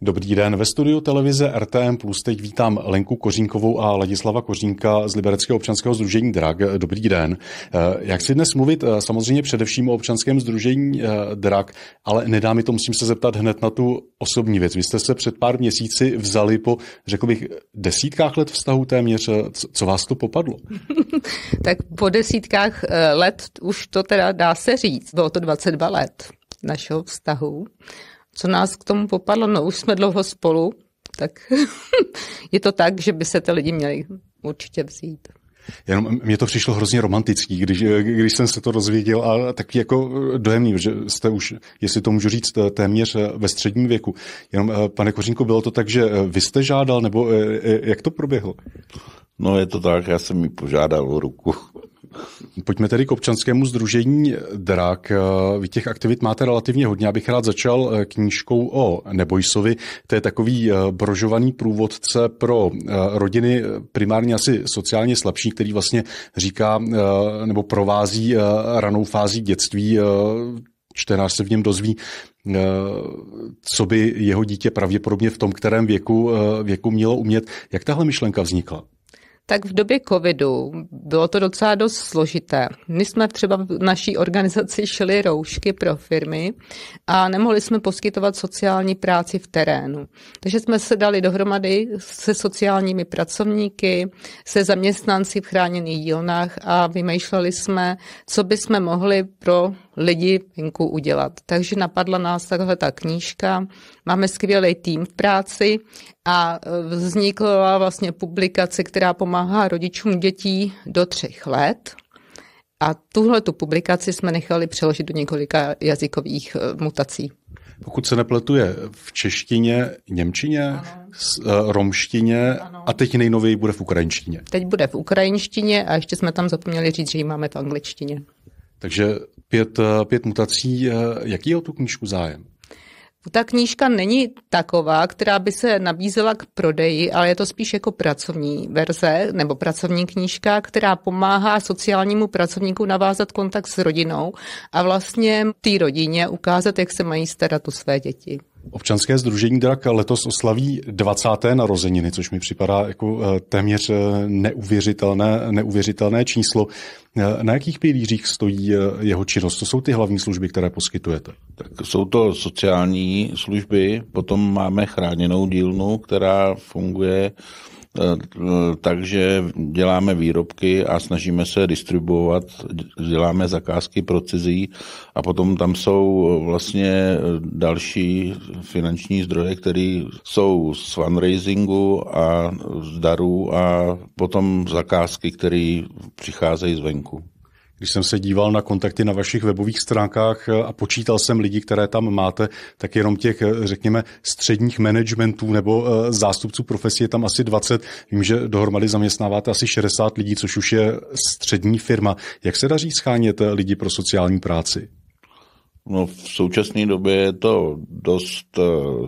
Dobrý den, ve studiu televize RTM Plus teď vítám Lenku Kořínkovou a Ladislava Kořínka z Libereckého občanského sdružení DRAG. Dobrý den. Jak si dnes mluvit samozřejmě především o občanském sdružení DRAG, ale nedá mi to, musím se zeptat hned na tu osobní věc. Vy jste se před pár měsíci vzali po, řekl bych, desítkách let vztahu téměř. Co vás to popadlo? Tak po desítkách let už to teda dá se říct. Bylo to 22 let našeho vztahu. Co nás k tomu popadlo? No už jsme dlouho spolu, tak je to tak, že by se ty lidi měli určitě vzít. Jenom mně to přišlo hrozně romantický, když jsem se to dozvěděl, a taky jako dojemný, že jste už, jestli to můžu říct, téměř ve středním věku. Jenom, pane Kořínko, bylo to tak, že vy jste žádal, nebo jak to proběhlo? No je to tak, já jsem mi požádal o ruku. Pojďme tedy k občanskému sdružení DRAG. Vy těch aktivit máte relativně hodně. Já bych rád začal knížkou o Nebojsovi. To je takový brožovaný průvodce pro rodiny primárně asi sociálně slabší, který vlastně říká nebo provází ranou fází dětství. Čtenář se v něm dozví, co by jeho dítě pravděpodobně v tom kterém věku mělo umět. Jak tahle myšlenka vznikla? Tak v době covidu bylo to docela dost složité. My jsme třeba v naší organizaci šili roušky pro firmy a nemohli jsme poskytovat sociální práci v terénu. Takže jsme se dali dohromady se sociálními pracovníky, se zaměstnanci v chráněných dílnách a vymýšleli jsme, co bychom mohli pro lidi venku udělat. Takže napadla nás takhle ta knížka. Máme skvělý tým v práci a vznikla vlastně publikace, která pomáhá rodičům dětí do 3 let. A tuhletu publikaci jsme nechali přeložit do několika jazykových mutací. Pokud se nepletu, je v češtině, němčině, romštině a teď nejnověji bude v ukrajinštině. Teď bude v ukrajinštině a ještě jsme tam zapomněli říct, že ji máme v angličtině. Takže 5 mutací. Jaký je o tu knížku zájem? Ta knížka není taková, která by se nabízela k prodeji, ale je to spíš jako pracovní verze nebo pracovní knížka, která pomáhá sociálnímu pracovníku navázat kontakt s rodinou a vlastně té rodině ukázat, jak se mají starat o své děti. Občanské sdružení DRAG letos oslaví 20. narozeniny, což mi připadá jako téměř neuvěřitelné číslo. Na jakých pilířích stojí jeho činnost? Co jsou ty hlavní služby, které poskytujete? Tak jsou to sociální služby, potom máme chráněnou dílnu, která funguje takže děláme výrobky a snažíme se distribuovat, děláme zakázky pro cizí a potom tam jsou vlastně další finanční zdroje, které jsou z fundraisingu a z darů a potom zakázky, které přicházejí zvenku. Když jsem se díval na kontakty na vašich webových stránkách a počítal jsem lidi, které tam máte, tak jenom těch, řekněme, středních managementů nebo zástupců profesí je tam asi 20. Vím, že dohromady zaměstnáváte asi 60 lidí, což už je střední firma. Jak se daří shánět lidi pro sociální práci? No, v současné době je to dost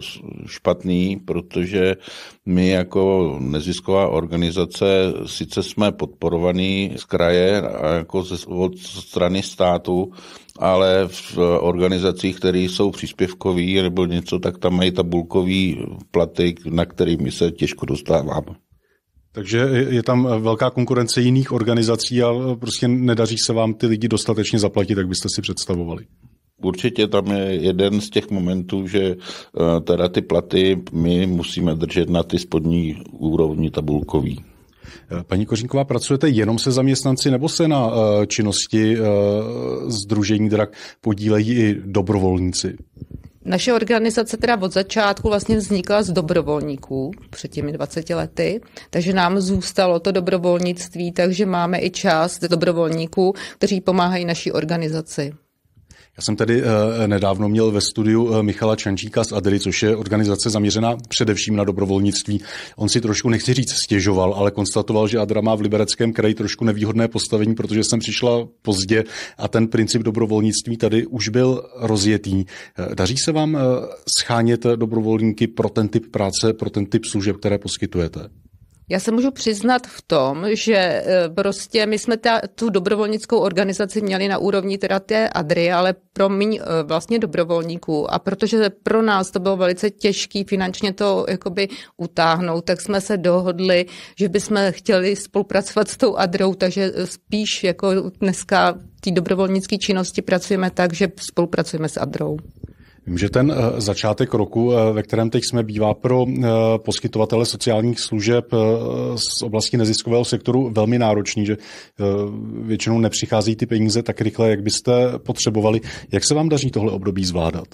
špatný, protože my jako nezisková organizace sice jsme podporovaní z kraje a jako od strany státu, ale v organizacích, které jsou příspěvkový nebo něco, tak tam mají tabulkový platy, na který my se těžko dostáváme. Takže je tam velká konkurence jiných organizací a prostě nedaří se vám ty lidi dostatečně zaplatit, jak byste si představovali. Určitě tam je jeden z těch momentů, že teda ty platy my musíme držet na ty spodní úrovni tabulkový. Paní Kořínková, pracujete jenom se zaměstnanci nebo se na činnosti sdružení DRAG podílejí i dobrovolníci? Naše organizace teda od začátku vlastně vznikla z dobrovolníků před těmi 20 lety, takže nám zůstalo to dobrovolnictví, takže máme i část dobrovolníků, kteří pomáhají naší organizaci. Já jsem tady nedávno měl ve studiu Michala Čančíka z ADRY, což je organizace zaměřená především na dobrovolnictví. On si trošku, nechci říct, stěžoval, ale konstatoval, že ADRA má v Libereckém kraji trošku nevýhodné postavení, protože jsem přišla pozdě a ten princip dobrovolnictví tady už byl rozjetý. Daří se vám schánět dobrovolníky pro ten typ práce, pro ten typ služeb, které poskytujete? Já se můžu přiznat v tom, že prostě my jsme tu dobrovolnickou organizaci měli na úrovni teda té Adry, ale promiň vlastně dobrovolníků. A protože pro nás to bylo velice těžké finančně to jakoby utáhnout, tak jsme se dohodli, že bychom chtěli spolupracovat s tou Adrou, takže spíš jako dneska té dobrovolnické činnosti pracujeme tak, že spolupracujeme s Adrou. Vím, že ten začátek roku, ve kterém teď jsme, bývá pro poskytovatele sociálních služeb z oblasti neziskového sektoru velmi náročný, že většinou nepřichází ty peníze tak rychle, jak byste potřebovali. Jak se vám daří tohle období zvládat?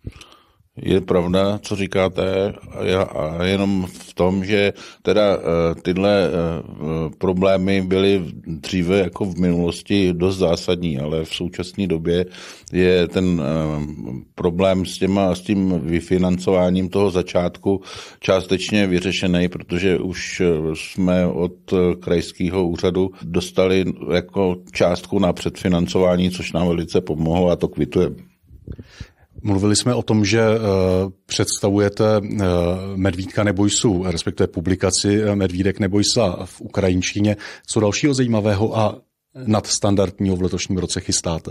Je pravda, co říkáte, a jenom v tom, že teda tyhle problémy byly dříve jako v minulosti dost zásadní, ale v současné době je ten problém s tím vyfinancováním toho začátku částečně vyřešený, protože už jsme od krajského úřadu dostali jako částku na předfinancování, což nám velice pomohlo a to kvitujeme. Mluvili jsme o tom, že představujete Medvídka neboj su, respektive publikaci Medvídek neboj sa v ukrajinštině. Co dalšího zajímavého a nadstandardního v letošním roce chystáte?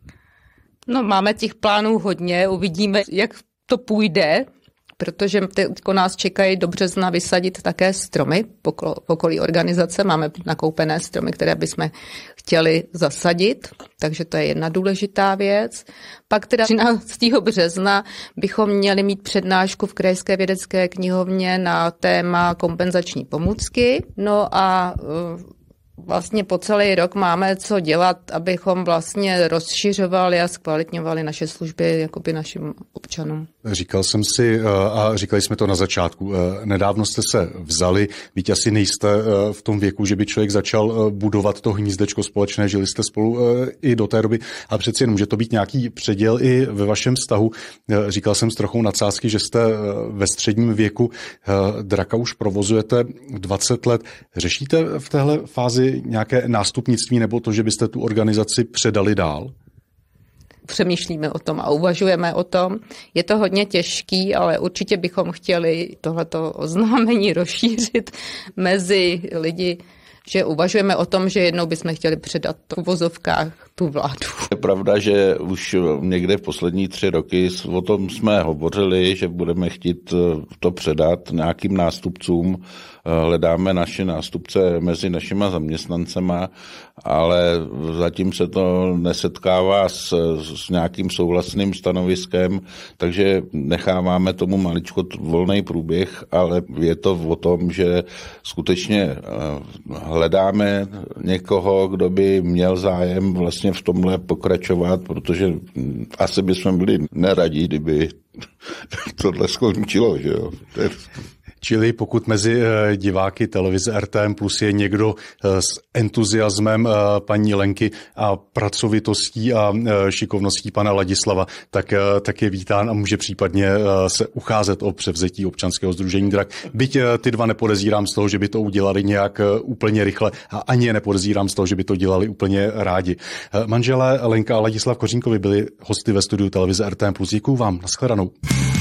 No, máme těch plánů hodně, uvidíme, jak to půjde, protože nás čekají do března vysadit také stromy v okolí organizace. Máme nakoupené stromy, které bychom chtěli zasadit, takže to je jedna důležitá věc. Pak teda 13. března bychom měli mít přednášku v Krajské vědecké knihovně na téma kompenzační pomůcky. No a vlastně po celý rok máme co dělat, abychom vlastně rozšiřovali a zkvalitňovali naše služby jakoby našim občanům. Říkal jsem si, a říkali jsme to na začátku, nedávno jste se vzali, byť asi nejste v tom věku, že by člověk začal budovat to hnízdečko společné, žili jste spolu i do té doby, a přeci jenom může to být nějaký předěl i ve vašem vztahu. Říkal jsem s trochou nadsázky, že jste ve středním věku, Draka už provozujete 20 let. Řešíte v téhle fázi nějaké nástupnictví nebo to, že byste tu organizaci předali dál? Přemýšlíme o tom a uvažujeme o tom. Je to hodně těžký, ale určitě bychom chtěli tohleto oznámení rozšířit mezi lidi, že uvažujeme o tom, že jednou bychom chtěli předat v uvozovkách tu vládu. Je pravda, že už někde v poslední 3 roky o tom jsme hovořili, že budeme chtít to předat nějakým nástupcům. Hledáme naše nástupce mezi našima zaměstnancema, ale zatím se to nesetkává s nějakým souhlasným stanoviskem, takže necháváme tomu maličko volný průběh, ale je to o tom, že skutečně hledáme někoho, kdo by měl zájem vlastně v tomhle pokračovat, protože asi bychom byli neradí, kdyby tohle skončilo, že jo. Čili pokud mezi diváky televize RTM Plus je někdo s entuziasmem paní Lenky a pracovitostí a šikovností pana Ladislava, tak je vítán a může případně se ucházet o převzetí občanského sdružení Drak. Byť ty dva nepodezírám z toho, že by to udělali nějak úplně rychle, a ani je nepodezírám z toho, že by to dělali úplně rádi. Manželé Lenka a Ladislav Kořínkovi byli hosty ve studiu televize RTM Plus. Děkuju vám. Nashledanou.